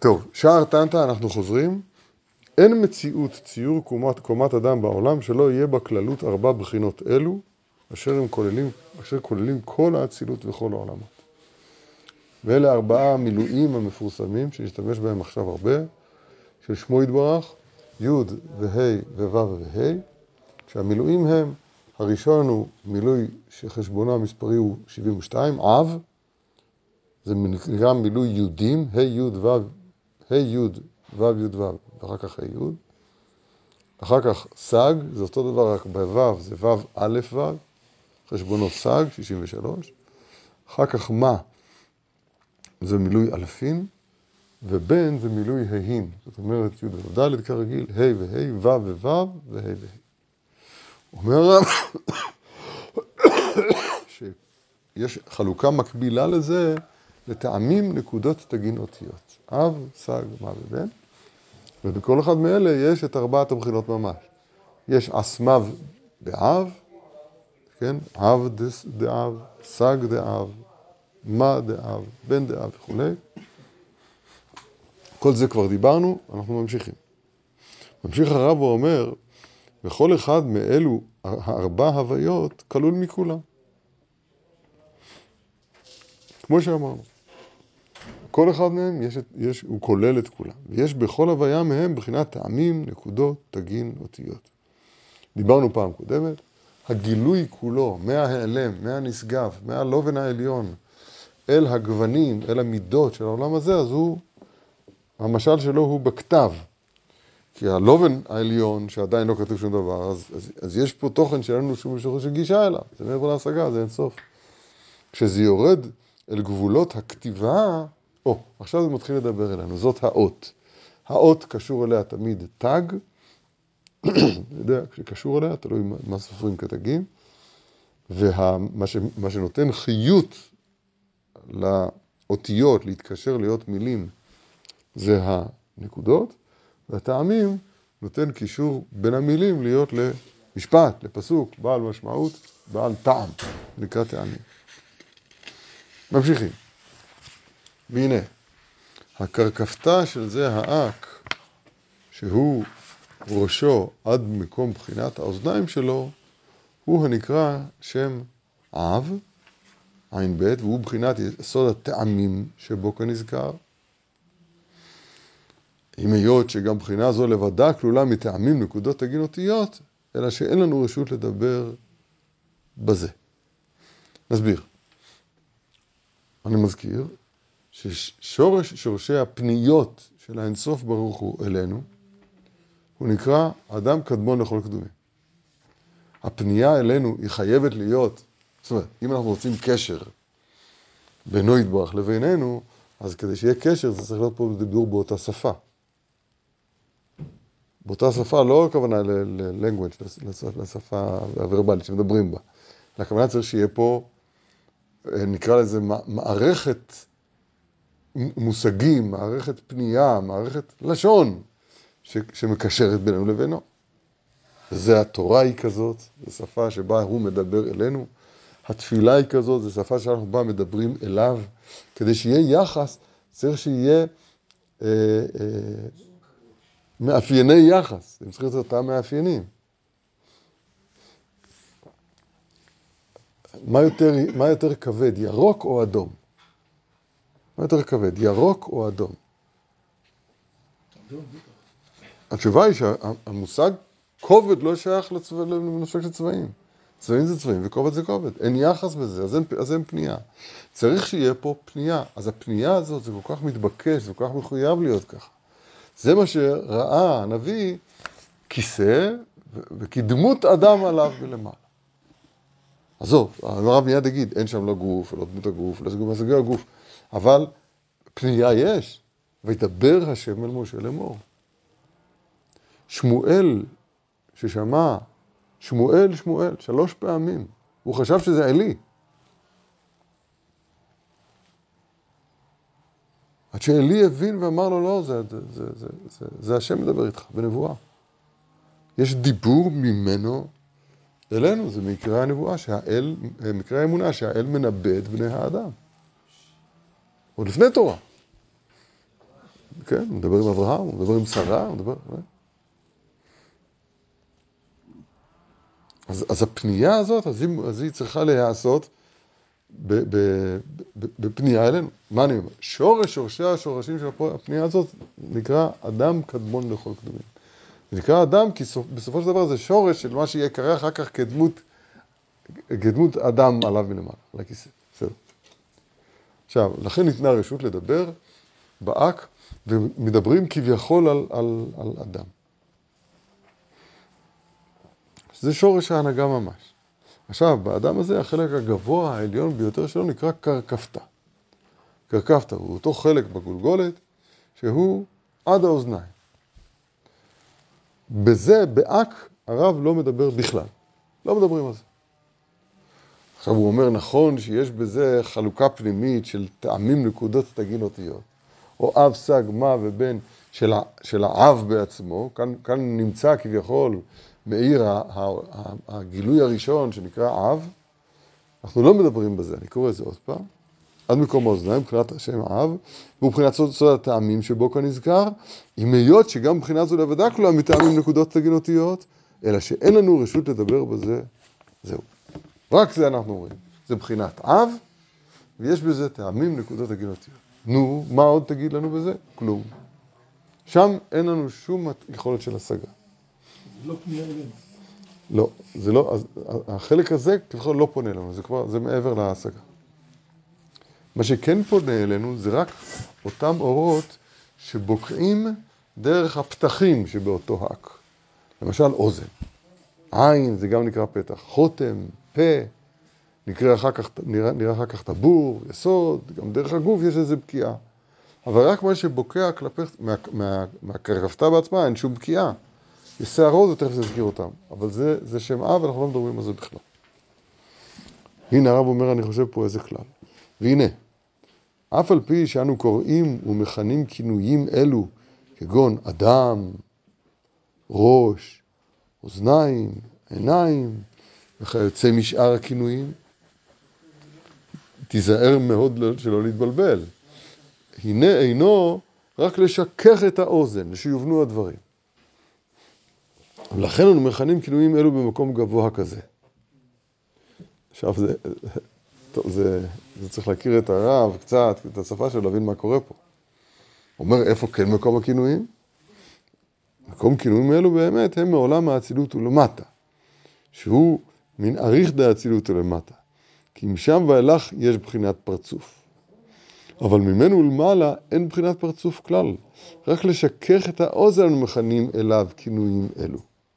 טוב, שער טנטה, אנחנו חוזרים. אין מציאות ציור קומת אדם בעולם שלא יהיה בכללות 4 בחינות אלו, אשר כוללים כל האצילות וכל העולמות. ואלה 4 מילואים המפורסמים, שנשתמש בהם עכשיו הרבה, של שמו יתברך, י' וה' וו' וה', שהמילואים הם, הראשון הוא מילוי שחשבונו המספרי הוא 72, אב, זה גם מילוי י', ה' י' ו', ה' י' ו' י' ו', ואחר כך ה' י'. אחר כך סג, זה אותו דבר, רק בו' זה ו' א' ו', חשבונו סג, 63. אחר כך מה, זה מילוי אלפין, ובן זה מילוי ההין, זאת אומרת י' וד' כרגיל, ה' וה', ו' וו' וה' וה'. אומר הרב שיש חלוקה מקבילה לזה, לטעמים נקודות תגין אותיות. אב, סג, מה ובן. ובכל אחד מאלה יש את 4 הבחינות ממש. יש אסמב באב, כן? אב דאב, סג דאב, מה דאב, בן דאב וכו'. כל זה כבר דיברנו, אנחנו ממשיכים. ממשיך הרב ואומר, וכל אחד מאלו 4 הוויות כלול מכולם. כמו שאמרנו. כל אחד מהם הוא כולל את כולם. ויש בכל הוויה מהם בחינת טעמים, נקודות, תגין, אותיות. דיברנו פעם קודמת, הגילוי כולו, מההיעלם, מהנשגב, מהלובן העליון, אל הגוונים, אל המידות של העולם הזה, אז המשל שלו הוא בכתב. כי הלובן העליון, שעדיין לא כתוב שום דבר, אז יש פה תוכן שאין לנו שום שורש של גישה אליו. זה מעבר להשגה, זה אין סוף. כשזה יורד אל גבולות הכתיבה, עכשיו זה מתחיל לדבר אלינו, זאת האות. האות קשור אליה תמיד תג, יודע, כשקשור אליה, תלוי מה סופרים כתגים, ומה שנותן חיות לאותיות, להתקשר להיות מילים, זה הנקודות, והטעמים נותן קישור בין המילים להיות למשפט, לפסוק, בעל משמעות, בעל טעם, נקרא טעמים. ממשיכים. והנה, הקרקפתה של זה האק, שהוא ראשו עד מקום בחינת האוזניים שלו, הוא הנקרא שם אב, עין ב', והוא בחינת יסוד הטעמים שבו כנזכר. אם היות שגם בחינה זו לבדה כלולה מטעמים נקודות תגין אותיות, אלא שאין לנו רשות לדבר בזה. נסביר. אני מזכיר ששורשי הפניות של האינסוף ברוך הוא אלינו, הוא נקרא אדם קדמון לכל קדומים. הפנייה אלינו היא חייבת להיות, זאת אומרת, אם אנחנו רוצים קשר בינו יתברך לבינינו, אז כדי שיהיה קשר זה צריך להיות פה דיבור באותה שפה. באותה שפה לא הכוונה ל-language, לשפה הוורבלית שמדברים בה. הכוונה צריך שיהיה פה, נקרא לזה מערכת מושגים, מערכת פנייה, מערכת לשון, שמקשרת בינינו לבינו. זה התורה היא כזאת, זו שפה שבה הוא מדבר אלינו. התפילה היא כזאת, זו שפה שאנחנו בה מדברים אליו. כדי שיהיה יחס, צריך שיהיה מאפייני יחס. הם צריכים להיות אותם מאפיינים. מה יותר כבד, ירוק או אדום? מה יותר כבד, ירוק או אדום? התשובה היא שהמושג כובד לא שייך לנושא של צבעים. צבעים זה צבעים וכובד זה כובד. אין יחס בזה, אז אין פנייה. צריך שיהיה פה פנייה. אז הפנייה הזאת זה כל כך מתבקש, זה כל כך מחויב להיות ככה. זה מה שראה הנביא, כיסא וכדמות אדם עליו ולמעלה. עזוב, הרב מיד יגיד, אין שם לא גוף, לא דמות הגוף, לא סגי הגוף. אבל פנייה יש, וידבר השם אל משה לאמור. שמואל ששמע, שמואל, 3 פעמים. הוא חשב שזה אלי. עד שאלי הבין ואמר לו, לא, זה השם מדבר איתך, בנבואה. יש דיבור ממנו אלינו, זה מקרא הנבואה, מקרא האמונה, שהאל מנבא את בני האדם. עוד לפני תורה. כן, הוא מדבר עם אברהם, הוא מדבר עם שרה, הוא מדבר... אז הפנייה הזאת, אז היא צריכה להיעשות בפנייה אלינו. מה אני אומר? שורשי השורשים של הפנייה הזאת נקרא אדם קדמון לכל קדומים. זה נקרא אדם כי בסופו של דבר זה שורש של מה שיקרא אחר כך כדמות אדם עליו מלמעלה, על הכיסא. בסדר. עכשיו, לכן ניתנה רשות לדבר באק, ומדברים כביכול על אדם. זה שורש ההנהגה ממש. עכשיו, באדם הזה, החלק הגבוה, העליון ביותר שלו, נקרא קרקפתא. קרקפתא הוא אותו חלק בגולגולת, שהוא עד האוזניים. בזה, באק, הרב לא מדבר בכלל. לא מדברים על זה. עכשיו הוא אומר, נכון שיש בזה חלוקה פנימית של טעמים נקודות תגינותיות, או אב סג מה ובן של האב בעצמו, כאן נמצא כביכול מאיר הגילוי הראשון שנקרא אב, אנחנו לא מדברים בזה, אני קורא את זה עוד פעם, עד מקום האוזניים, מבחינת השם האב, ומבחינת סוד הטעמים שבו כאן נזכר, עם היות שגם מבחינת זו לבדה כלום מטעמים נקודות תגינותיות, אלא שאין לנו רשות לדבר בזה, זהו. רק זה אנחנו אומרים, זה בחינת אב, ויש בזה טעמים נקודות תגינותיות. נו, מה עוד תגיד לנו בזה? כלום. שם אין לנו שום יכולת של השגה. זה לא פנייה אלינו. לא, זה לא, החלק הזה כביכול לא פונה לנו, זה מעבר להשגה. מה שכן פונה אלינו זה רק אותם אורות שבוקעים דרך הפתחים שבאותו האק. למשל אוזן, עין זה גם נקרא פתח, חותם, פה, נראה אחר כך טבור, יסוד, גם דרך הגוף יש איזו בקיעה. אבל רק מה שבוקע כלפי, מהקרקפתא בעצמה אין שום בקיעה. יש שערות ותכף נזכיר אותם, אבל זה שם אב ואנחנו לא מדברים על זה בכלל. הנה הרב אומר, אני חושב פה איזה כלל. והנה, אף על פי שאנו קוראים ומכנים כינויים אלו, כגון אדם, ראש, אוזניים, עיניים, וכיוצא משאר הכינויים, תיזהר מאוד שלא להתבלבל. הנה אינו רק לשכך את האוזן, שיובנו הדברים. ולכן אנו מכנים כינויים אלו במקום גבוה כזה. עכשיו זה צריך להכיר את הרב קצת, את השפה שלו, להבין מה קורה פה. הוא אומר, איפה כן מקום הכינויים? מקום כינויים אלו באמת הם מעולם האצילות ולמטה, שהוא מן אריך דאצילות ולמטה, כי משם ואילך יש בחינת פרצוף. אבל ממנו למעלה אין בחינת פרצוף כלל, רק לשכך את האוזן אנו מכנים אליו כינויים אלו.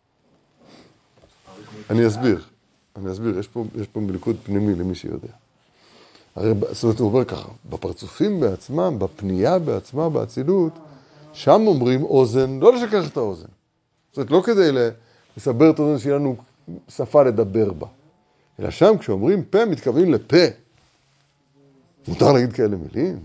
אני אסביר, יש פה מלכוד פנימי למי שיודע. הרי זאת אומרת, הוא אומר ככה, בפרצופים בעצמם, בפנייה בעצמה, באצילות, שם אומרים אוזן, לא לשכך את האוזן. זאת אומרת, לא כדי לסבר את האוזן שיהיה לנו שפה לדבר בה. אלא שם כשאומרים פה, מתכוונים לפה. מותר להגיד כאלה מילים?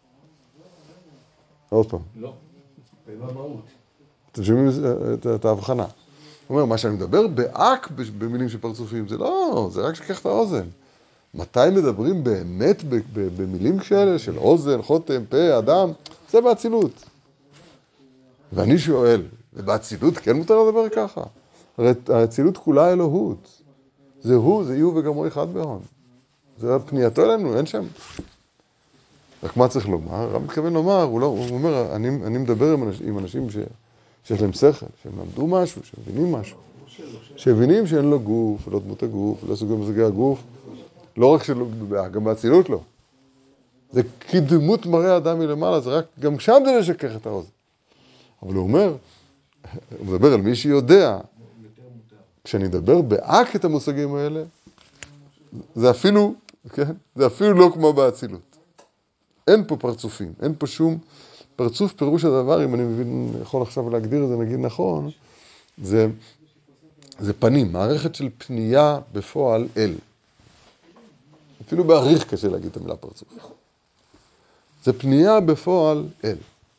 עוד פעם. לא, במה מהות. אתם שומעים את ההבחנה. הוא אומר, מה שאני מדבר באק במילים של פרצופים, זה לא, זה רק שכח את האוזן. מתי מדברים באמת במילים כאלה של אוזן, חותם, פה, אדם? זה באצילות. ואני שואל, ובאצילות כן מותר לדבר ככה? הרי האצילות כולה אלוהות. זה הוא, זה יהוא וגם הוא אחד בהון. זה פנייתו אלינו, אין שם. רק מה צריך לומר? הרב מתכוון לומר, הוא אומר, אני מדבר עם אנשים שיש להם שכל, שהם למדו משהו, שמבינים משהו. שמבינים שאין לו גוף, לא דמות הגוף, לא סוגי מזגי הגוף. לא רק שלא, גם באצילות לא. זה כדמות מראה אדם מלמעלה, זה רק, גם שם זה לשכך את האוזן. אבל הוא אומר, הוא מדבר על מי שיודע, כשאני אדבר באק את המושגים האלה, זה אפילו, כן? זה אפילו לא כמו באצילות. אין פה פרצופים, אין פה שום פרצוף. פירוש הדבר, אם אני מבין, יכול עכשיו להגדיר את זה, נגיד נכון, זה פנים, מערכת של פנייה בפועל אל. אפילו בעריך קשה להגיד את המילה פרצוף. זה פנייה בפועל אל.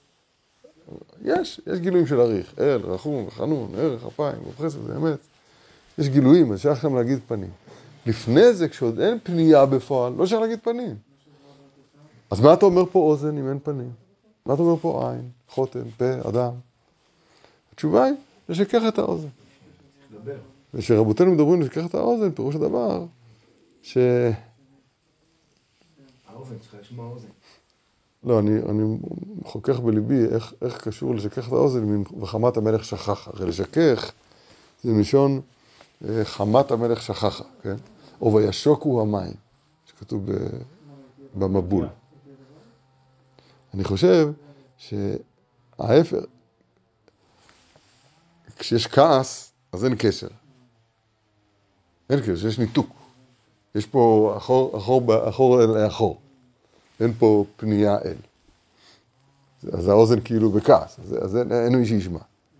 יש גילויים של עריך, אל, רחום, חנון, ערך, אפיים, וחסד, זה אמת. יש גילויים, אז שייך גם להגיד פנים. לפני זה, כשעוד אין פנייה בפועל, לא שייך להגיד פנים. אז מה אתה אומר פה אוזן אם אין פנים? מה אתה אומר פה? עין, חותם, פה, אדם. התשובה היא לשכך את האוזן. דבר. ושרבותינו מדברים לשכך את האוזן, פירוש הדבר האוזן, צריכה לשמוע האוזן. לא, אני חוכך בליבי איך קשור לשכך את האוזן וחמת המלך שכחה. הרי לשכך זה מלשון חמת המלך שכחה, כן? או וישוקו המים, שכתוב במבול. אני חושב שההפך, כשיש כעס, אז אין קשר. אין קשר, יש ניתוק. יש פה אחור אל אחור. אין פה פנייה אל. אז האוזן כאילו בכעס, אז אין מי שישמע.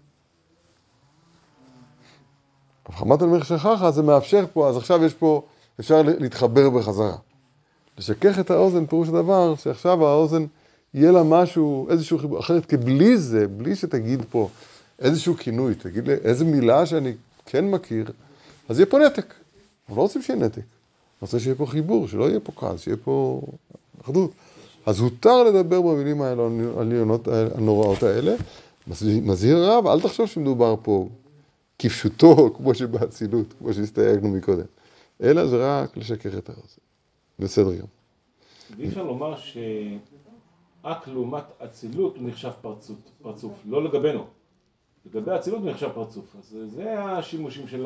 חמת המלך שכחה זה מאפשר פה, אז עכשיו יש פה, אפשר להתחבר בחזרה. לשכך את האוזן, פירוש הדבר, שעכשיו האוזן יהיה לה משהו, איזשהו חיבור, אחרת, כי בלי זה, בלי שתגיד פה איזשהו כינוי, תגיד לי איזו מילה שאני כן מכיר, אז יהיה פה נתק. אנחנו לא רוצים שיהיה נתק. אני רוצה שיהיה פה חיבור, שלא יהיה פה כעס, שיהיה פה אחדות. אז הותר לדבר במילים האלה, הנוראות האלה. מזהיר רב, אל תחשוב שמדובר פה כפשוטו, כמו שבאצילות, כמו שהסתייגנו מקודם. אלא זה רק לשכך את האוזן. בסדר יום. ואי אפשר לומר שאק לעומת אצילות הוא נחשב פרצוף, לא לגבינו. לגבי אצילות הוא נחשב פרצוף, אז זה השימושים של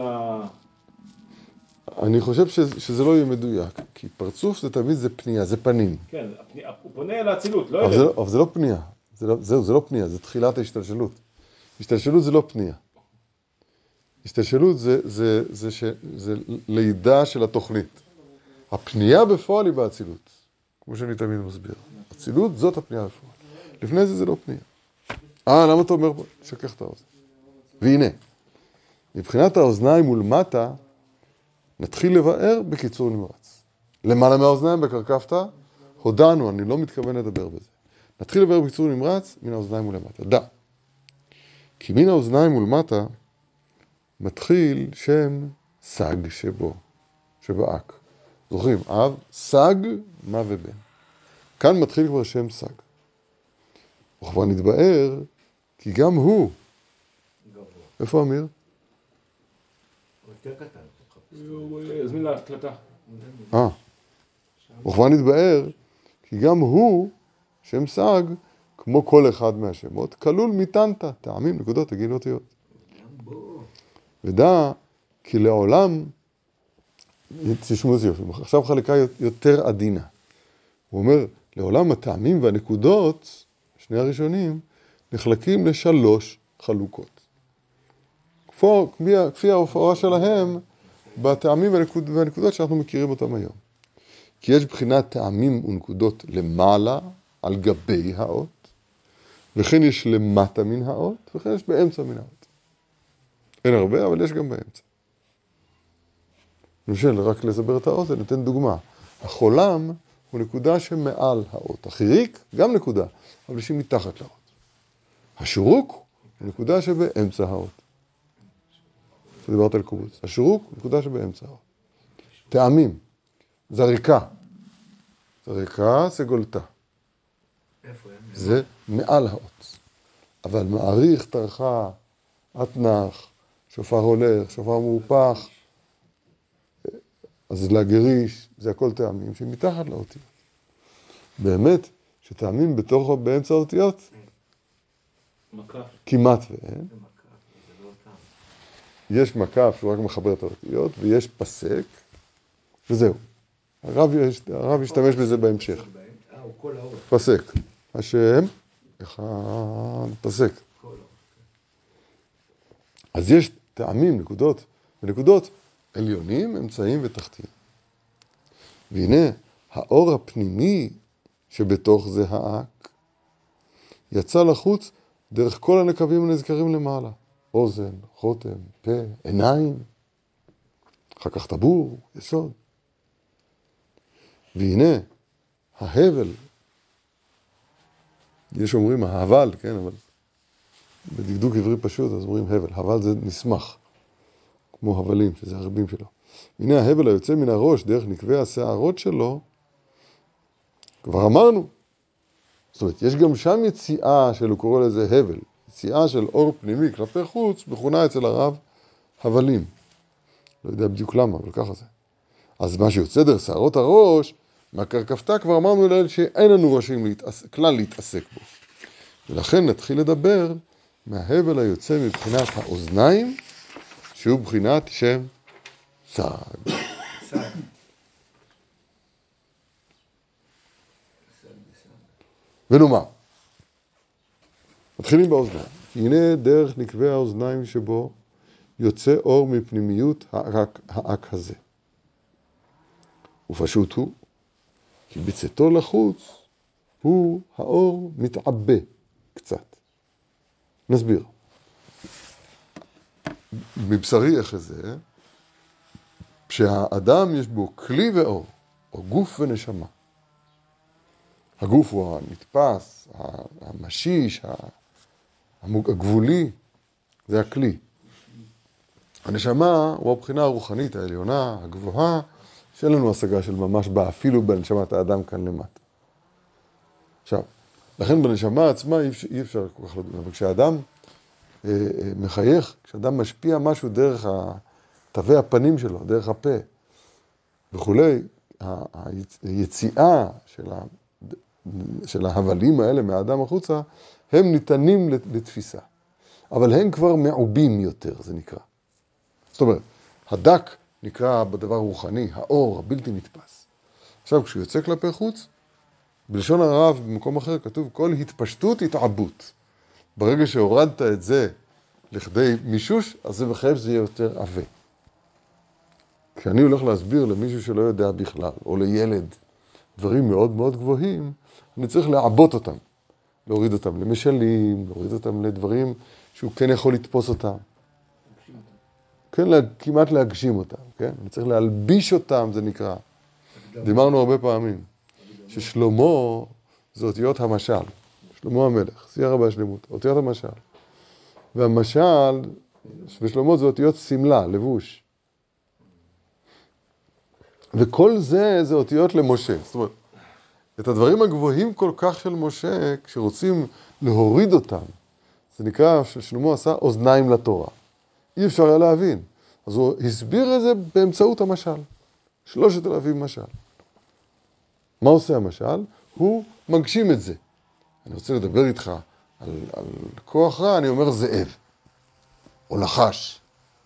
אני חושב שזה לא יהיה מדויק, כי פרצוף זה תמיד זה פנייה, זה פנים. כן, הוא פונה אל האצילות, לא אלינו. אבל זה לא פנייה, זה לא פנייה, זה תחילת ההשתלשלות. השתלשלות זה לא פנייה. השתלשלות זה לידה של התוכנית. הפנייה בפועל היא באצילות, כמו שאני תמיד מסביר. אצילות זאת הפנייה בפועל. לפני זה לא פנייה. למה אתה אומר? שקח את האוזן. והנה, מבחינת האוזניים מול מטה, נתחיל לבאר בקיצור נמרץ. למעלה מהאוזניים בקרקפת, הודענו, אני לא מתכוון לדבר בזה. נתחיל לבאר בקיצור נמרץ מן האוזניים מול מטה. דע. כי מן האוזניים מול מטה, מתחיל שם סג שבאק. זוכרים, אב, סג, מה ובן. כאן מתחיל כבר שם סג. וכבר נתבאר, כי גם הוא, איפה אמיר? הוא יותר קטן. הוא הזמין להקלטה. וכבר נתבאר, כי גם הוא, שם סג, כמו כל אחד מהשמות, כלול מיתנתא, טעמים, נקודות, תגיד אותיות. ודע, כי לעולם, תשמעו איזה יופי, עכשיו חלקה יותר עדינה. הוא אומר, לעולם הטעמים והנקודות, שני הראשונים, נחלקים לשלוש חלוקות. כפי ההופעה שלהם, בטעמים והנקודות שאנחנו מכירים אותם היום. כי יש בחינת טעמים ונקודות למעלה, על גבי האות, וכן יש למטה מן האות, וכן יש באמצע מן האות. אין הרבה, אבל יש גם באמצע. למשל, רק לסבר את האוזן, ניתן דוגמה. החולם הוא נקודה שמעל האות. החיריק, גם נקודה, אבל שהיא מתחת לאות. השורוק הוא נקודה שבאמצע האות. דיברת על קובוץ. השורוק הוא נקודה שבאמצע האות. טעמים, זריקה. זריקה סגולתה. זה מעל האות. אבל מעריך, טרחה, אתנח, שופר הולך, שופר מהופך, אז לגריש, זה הכל טעמים שמתחת לאותיות. באמת, שטעמים באמצע האותיות, כמעט ואין. יש מקף שהוא רק מחבר את האותיות, ויש פסק, וזהו. הרב ישתמש בזה בהמשך. פסק. השם, אחד, פסק. אז יש טעמים, נקודות, ונקודות עליונים, אמצעים ותחתיים. והנה, האור הפנימי שבתוך זה האק, יצא לחוץ דרך כל הנקבים הנזכרים למעלה. אוזן, חותם, פה, עיניים, אחר כך טבור, יסוד. והנה, ההבל, יש אומרים ההבל, כן, אבל בדקדוק עברי פשוט, אז אומרים הבל. הבל זה נשמח, כמו הבלים, שזה הרבים שלו. והנה ההבל היוצא מן הראש, דרך נקבי השערות שלו, כבר אמרנו, זאת אומרת, יש גם שם יציאה שהוא קורא לזה הבל, יציאה של אור פנימי כלפי חוץ, מכונה אצל הרב הבלים. לא יודע בדיוק למה, אבל ככה זה. אז מה שיוצא דרך שערות הראש, מהקרקפתה כבר אמרנו לאל שאין לנו ראשים כלל להתעסק בו. ולכן נתחיל לדבר מההבל היוצא מבחינת האוזניים, שהוא בחינת שם סג. ונאמר, מתחילים באוזניים. הנה דרך נקבי האוזניים שבו יוצא אור מפנימיות האק הזה. ופשוט הוא, כי בצאתו לחוץ הוא האור מתעבה קצת. נסביר. מבשרי איך זה, שהאדם יש בו כלי ואור, או גוף ונשמה. הגוף הוא הנתפס, המשיש, הגבולי, זה הכלי. הנשמה הוא הבחינה הרוחנית העליונה, הגבוהה, שאין לנו השגה של ממש בה, אפילו בנשמת האדם כאן למטה. עכשיו, לכן בנשמה עצמה אי אפשר כל כך לדון, אבל כשאדם מחייך, כשאדם משפיע משהו דרך תווי הפנים שלו, דרך הפה וכולי, היציאה של ההבלים האלה מהאדם החוצה, הם ניתנים לתפיסה. אבל הם כבר מעובים יותר, זה נקרא. זאת אומרת, הדק נקרא בדבר רוחני, האור, הבלתי נתפס. עכשיו, כשהוא יוצא כלפי חוץ, בלשון הרב, במקום אחר כתוב, כל התפשטות התעבות. ברגע שהורדת את זה לכדי מישוש, אז זה מחייב שזה יהיה יותר עבה. כשאני הולך להסביר למישהו שלא יודע בכלל, או לילד, דברים מאוד מאוד גבוהים, אני צריך לעבות אותם. להוריד אותם למשלים, להוריד אותם לדברים שהוא כן יכול לתפוס אותם. כן, כמעט להגשים אותם, כן? אני צריך להלביש אותם, זה נקרא. דיברנו הרבה פעמים, ששלמה זה אותיות המשל. שלמה המלך, שיא הרבה השלמות, אותיות המשל. והמשל, ושלמה זה אותיות סמלה, לבוש. וכל זה אותיות למשה. זאת אומרת, את הדברים הגבוהים כל כך של משה, כשרוצים להוריד אותם, זה נקרא ששלמה עשה אוזניים לתורה. אי אפשר היה להבין. אז הוא הסביר את זה באמצעות המשל. 3,000 משל. מה עושה המשל? הוא מגשים את זה. אני רוצה לדבר איתך על כוח רע, אני אומר זאב. או נחש.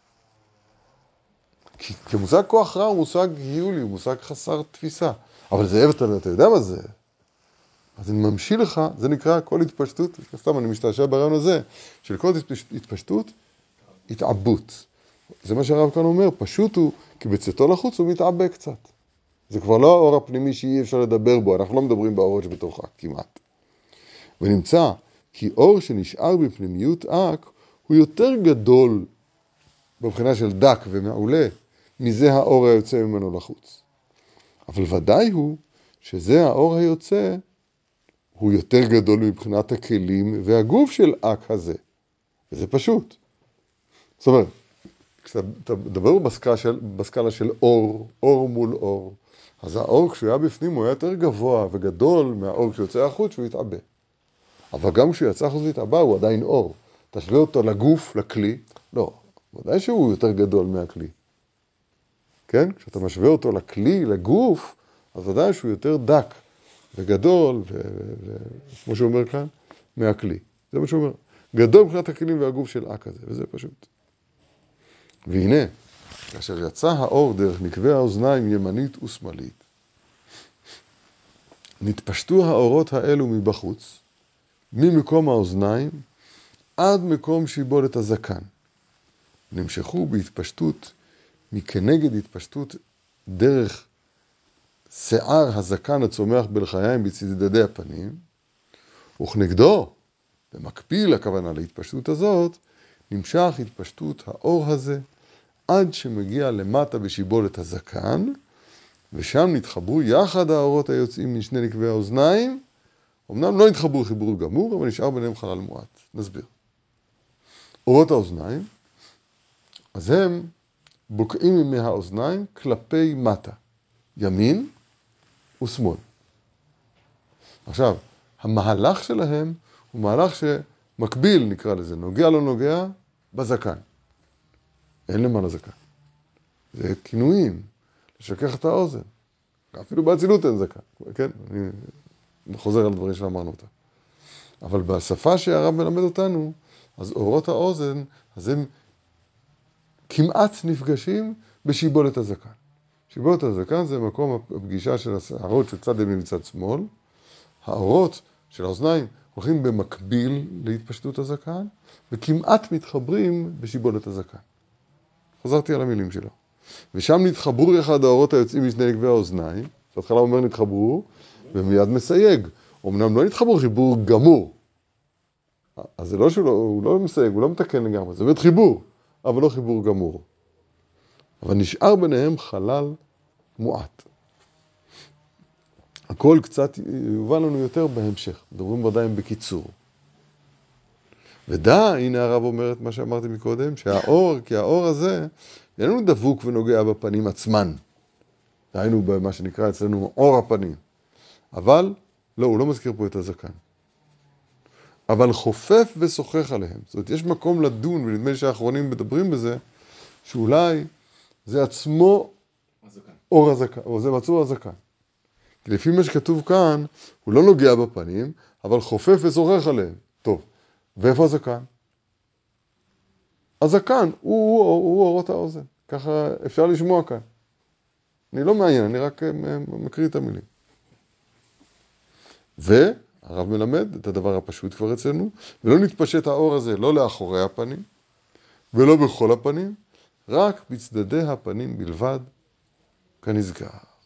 כי מושג כוח רע הוא מושג היולי, הוא מושג חסר תפיסה. אבל זאב, אתה יודע מה זה? אז אני ממשיל לך, זה נקרא כל התפשטות, סתם אני משתעשע ברעיון הזה, של כל התפשטות, התעבות. זה מה שהרב כאן אומר, פשוט הוא, כי בצאתו לחוץ הוא מתעבה קצת. זה כבר לא האור הפנימי שאי אפשר לדבר בו, אנחנו לא מדברים באור שבתוכה, כמעט. ונמצא כי אור שנשאר בפנימיות אק, הוא יותר גדול בבחינה של דק ומעולה, מזה האור היוצא ממנו לחוץ. אבל ודאי הוא שזה האור היוצא, הוא יותר גדול מבחינת הכלים והגוף של אק הזה. וזה פשוט. זאת אומרת, כשאתה מדבר בסקאלה של אור מול אור, אז האור כשהוא היה בפנים הוא היה יותר גבוה וגדול מהאור כשיוצא החוץ שהוא יתעבה. אבל גם כשהוא יצא החוץ ויתעבה הוא עדיין אור. תשווה אותו לגוף, לכלי, לא. ודאי שהוא יותר גדול מהכלי. כן? כשאתה משווה אותו לכלי, לגוף, אז ודאי שהוא יותר דק וגדול, כמו שהוא אומר כאן, מהכלי. זה מה שהוא אומר. גדול מבחינת הכלים והגוף של אק הזה, וזה פשוט. והנה, כאשר יצא האור דרך נקבי האוזניים ימנית ושמאלית, נתפשטו האורות האלו מבחוץ, ממקום האוזניים עד מקום שיבולת הזקן. נמשכו בהתפשטות מכנגד התפשטות דרך שיער הזקן הצומח בלחיים בצדדי הפנים, וכנגדו, במקביל הכוונה להתפשטות הזאת, נמשך התפשטות האור הזה עד שמגיע למטה בשיבולת הזקן, ושם נתחברו יחד האורות היוצאים משני נקבי האוזניים, אמנם לא נתחברו חיבור גמור, אבל נשאר ביניהם חלל מועט. נסביר. אורות האוזניים, אז הם בוקעים מהאוזניים כלפי מטה, ימין ושמאל. עכשיו, המהלך שלהם הוא מהלך שמקביל, נקרא לזה, נוגע לא נוגע, בזקן. אין למה לזקן. זה כינויים, לשכך את האוזן. אפילו באצילות אין זקן, כן? אני חוזר על דברים שאמרנו אותה. אבל בשפה שהרב מלמד אותנו, אז אורות האוזן, אז הם כמעט נפגשים בשיבולת הזקן. שיבולת הזקן זה מקום הפגישה של האורות של צד ימין וצד שמאל. האורות של האוזניים הולכים במקביל להתפשטות הזקן, וכמעט מתחברים בשיבולת הזקן. חזרתי על המילים שלו. ושם נתחברו אחד האורות היוצאים משני נקבי האוזניים, בהתחלה אומר נתחברו, ומיד מסייג. אמנם לא נתחברו חיבור גמור. אז זה לא שהוא לא מסייג, הוא לא מתקן לגמרי, זה באמת חיבור, אבל לא חיבור גמור. אבל נשאר ביניהם חלל מועט. הכל קצת יובן לנו יותר בהמשך, מדברים ודאי בקיצור. ודע, הנה הרב אומר את מה שאמרתי מקודם, כי האור הזה איננו דבוק ונוגע בפנים עצמן. היינו במה שנקרא אצלנו אור הפנים. אבל, לא, הוא לא מזכיר פה את הזקן. אבל חופף ושוחח עליהם. זאת אומרת, יש מקום לדון, ונדמה לי שהאחרונים מדברים בזה, שאולי זה עצמו הזקן. אור הזקן, או זה מצאו הזקן. כי לפי מה שכתוב כאן, הוא לא נוגע בפנים, אבל חופף ושוחח עליהם. טוב, ואיפה הזקן? הזקן הוא אורות האוזן. ככה אפשר לשמוע כאן. אני לא מעניין, אני רק מקריא את המילים. והרב מלמד את הדבר הפשוט כבר אצלנו, ולא נתפשט האור הזה לא לאחורי הפנים, ולא בכל הפנים, רק בצדדי הפנים בלבד, כנזכר.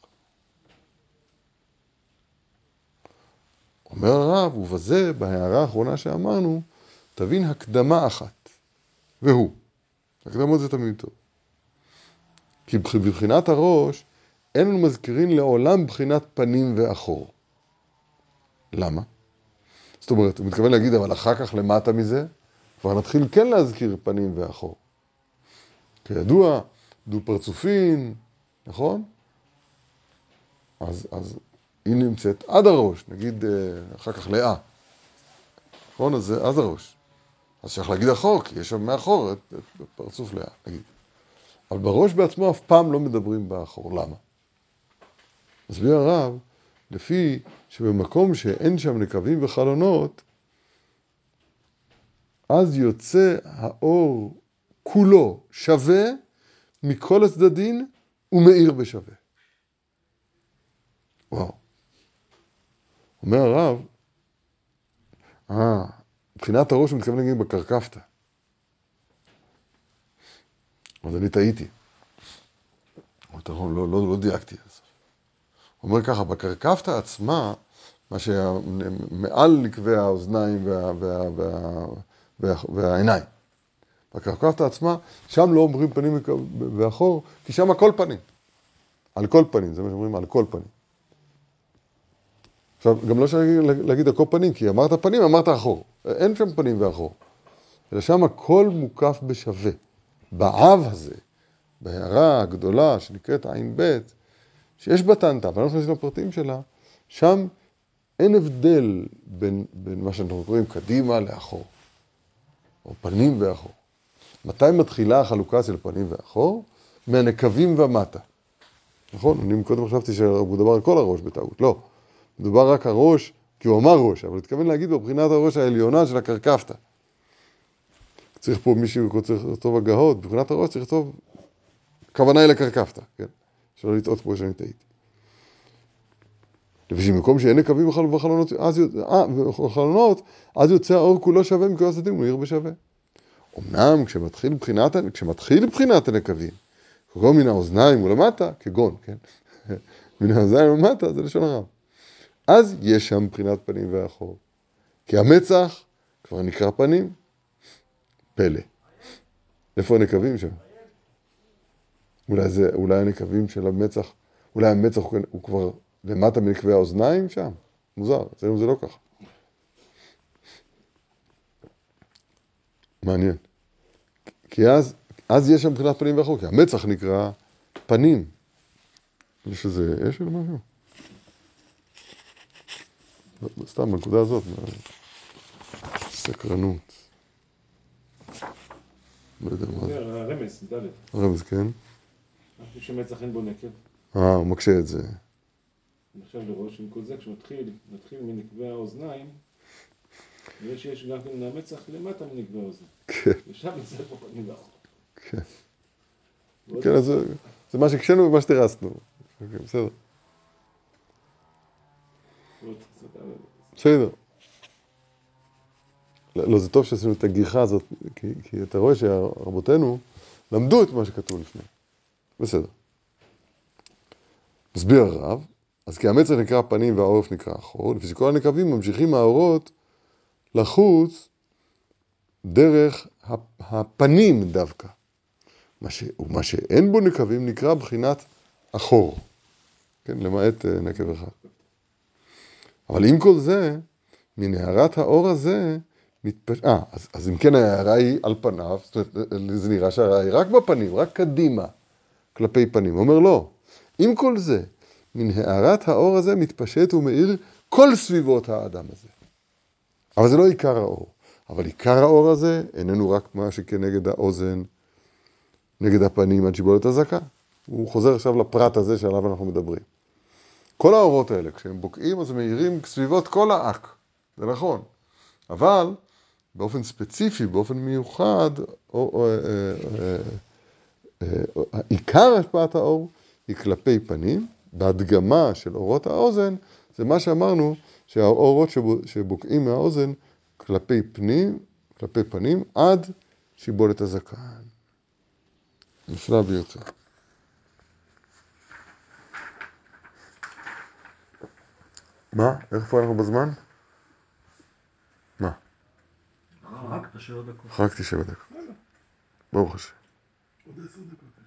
אומר הרב, ובזה, בהערה האחרונה שאמרנו, תבין הקדמה אחת, והוא. הקדמות זה תמיד טוב. כי בבחינת הראש, אין לנו מזכירים לעולם בחינת פנים ואחור. למה? זאת אומרת, הוא מתכוון להגיד, אבל אחר כך למטה מזה, כבר נתחיל כן להזכיר פנים ואחור. כידוע, דו פרצופין, נכון? אז היא נמצאת עד הראש, נגיד אחר כך לאה. נכון? אז זה עד הראש. אז צריך להגיד אחור, כי יש שם מאחור את פרצוף לאה, נגיד. אבל בראש בעצמו אף פעם לא מדברים באחור. למה? מסביר הרב, לפי שבמקום שאין שם נקבים וחלונות, אז יוצא האור כולו שווה מכל הצדדים ומאיר בשווה. וואו. אומר הרב, מבחינת הראש הוא מתכוון להגיד בקרקפתא. אז אני טעיתי. לא דייקתי. הוא אומר ככה, בקרקפתא עצמה, מה שמעל נקבי האוזניים והעיניים. בקרקפתא עצמה, שם לא אומרים פנים ואחור, כי שם הכל פנים. על כל פנים, זה מה שאומרים, על כל פנים. עכשיו, גם לא אפשר להגיד על כל פנים, כי אמרת פנים, אמרת אחור. אין שם פנים ואחור. אלא שם הכל מוקף בשווה. באב הזה, בהערה הגדולה שנקראת עין ב', שיש בה טנטה, אבל אנחנו נכנסים לפרטים שלה, שם אין הבדל בין מה שאנחנו קוראים קדימה לאחור, או פנים ואחור. מתי מתחילה החלוקה של פנים ואחור? מהנקבים ומטה. נכון? אני קודם חשבתי שהוא מדבר על כל הראש בטעות. לא. מדובר רק הראש, כי הוא אמר ראש, אבל התכוון להגיד בבחינת הראש העליונה של הקרקפתא. צריך פה מישהו צריך לכתוב הגהות, בבחינת הראש צריך לכתוב, הכוונה היא לקרקפתא, כן? שלא לטעות פה שאני טעיתי. ובמקום שאין נקבים וחלונות, אז יוצא האור כולו שווה מכל הצדדים, הוא מאיר בשווה. אמנם כשמתחיל בחינת הנקבים, כגון מן האוזניים ולמטה, כגון, כן? מן האוזניים ולמטה, זה לשון הרב. אז יש שם בחינת פנים ואחור. כי המצח כבר נקרא פנים, פלא. איפה הנקבים שם? אולי הנקבים של המצח, אולי המצח הוא כבר למטה מנקבי האוזניים שם? מוזר, אצלנו זה לא ככה. מעניין. כי אז יש שם בחינת פנים ואחור, כי המצח נקרא פנים. יש איזה משהו? סתם, בנקודה הזאת, סקרנות. לא יודע מה זה. זה הרמז, ד'. הרמז, כן? אף שמצא חן בו נקב. הוא מקשה את זה. עכשיו לראש עם כל זה, כשמתחיל מנקבי האוזניים, נראה שיש גם כן המצח למטה מנקבי האוזניים. כן. ושם נצא פה פנים לאחור. כן. כן, אז זה מה שקשנו ומה שתרסנו. בסדר. בסדר. לא, זה טוב שעשינו את הגיחה הזאת, כי אתה רואה שרבותינו למדו את מה שכתוב לפני. בסדר. מסביר הרב, אז כי המצח נקרא פנים והעורף נקרא אחור, לפי שכל הנקבים ממשיכים האורות לחוץ דרך הפנים דווקא. מה שאין בו נקבים נקרא בחינת אחור. כן, למעט נקב אחד. אבל עם כל זה, מנהרת האור הזה, אז אם כן ההערה היא על פניו, זאת אומרת, זה נראה שההערה היא רק בפנים, רק קדימה, כלפי פנים. הוא אומר לא, עם כל זה, מנהרת האור הזה מתפשט ומאיר כל סביבות האדם הזה. אבל זה לא עיקר האור. אבל עיקר האור הזה איננו רק מה שכנגד האוזן, נגד הפנים עד שיבולת הזקה. הוא חוזר עכשיו לפרט הזה שעליו אנחנו מדברים. כל האורות האלה, כשהם בוקעים, אז הם מאירים סביבות כל האק. זה נכון. אבל באופן ספציפי, באופן מיוחד, עיקר השפעת האור היא כלפי פנים. בהדגמה של אורות האוזן, זה מה שאמרנו, שהאורות שבוקעים מהאוזן כלפי פנים, עד שיבולת הזקן. נפלא ביותר. מה? איפה אנחנו בזמן? מה? רק 7 דקות. רק 7 דקות. ברוך השם. עוד 10 דקות.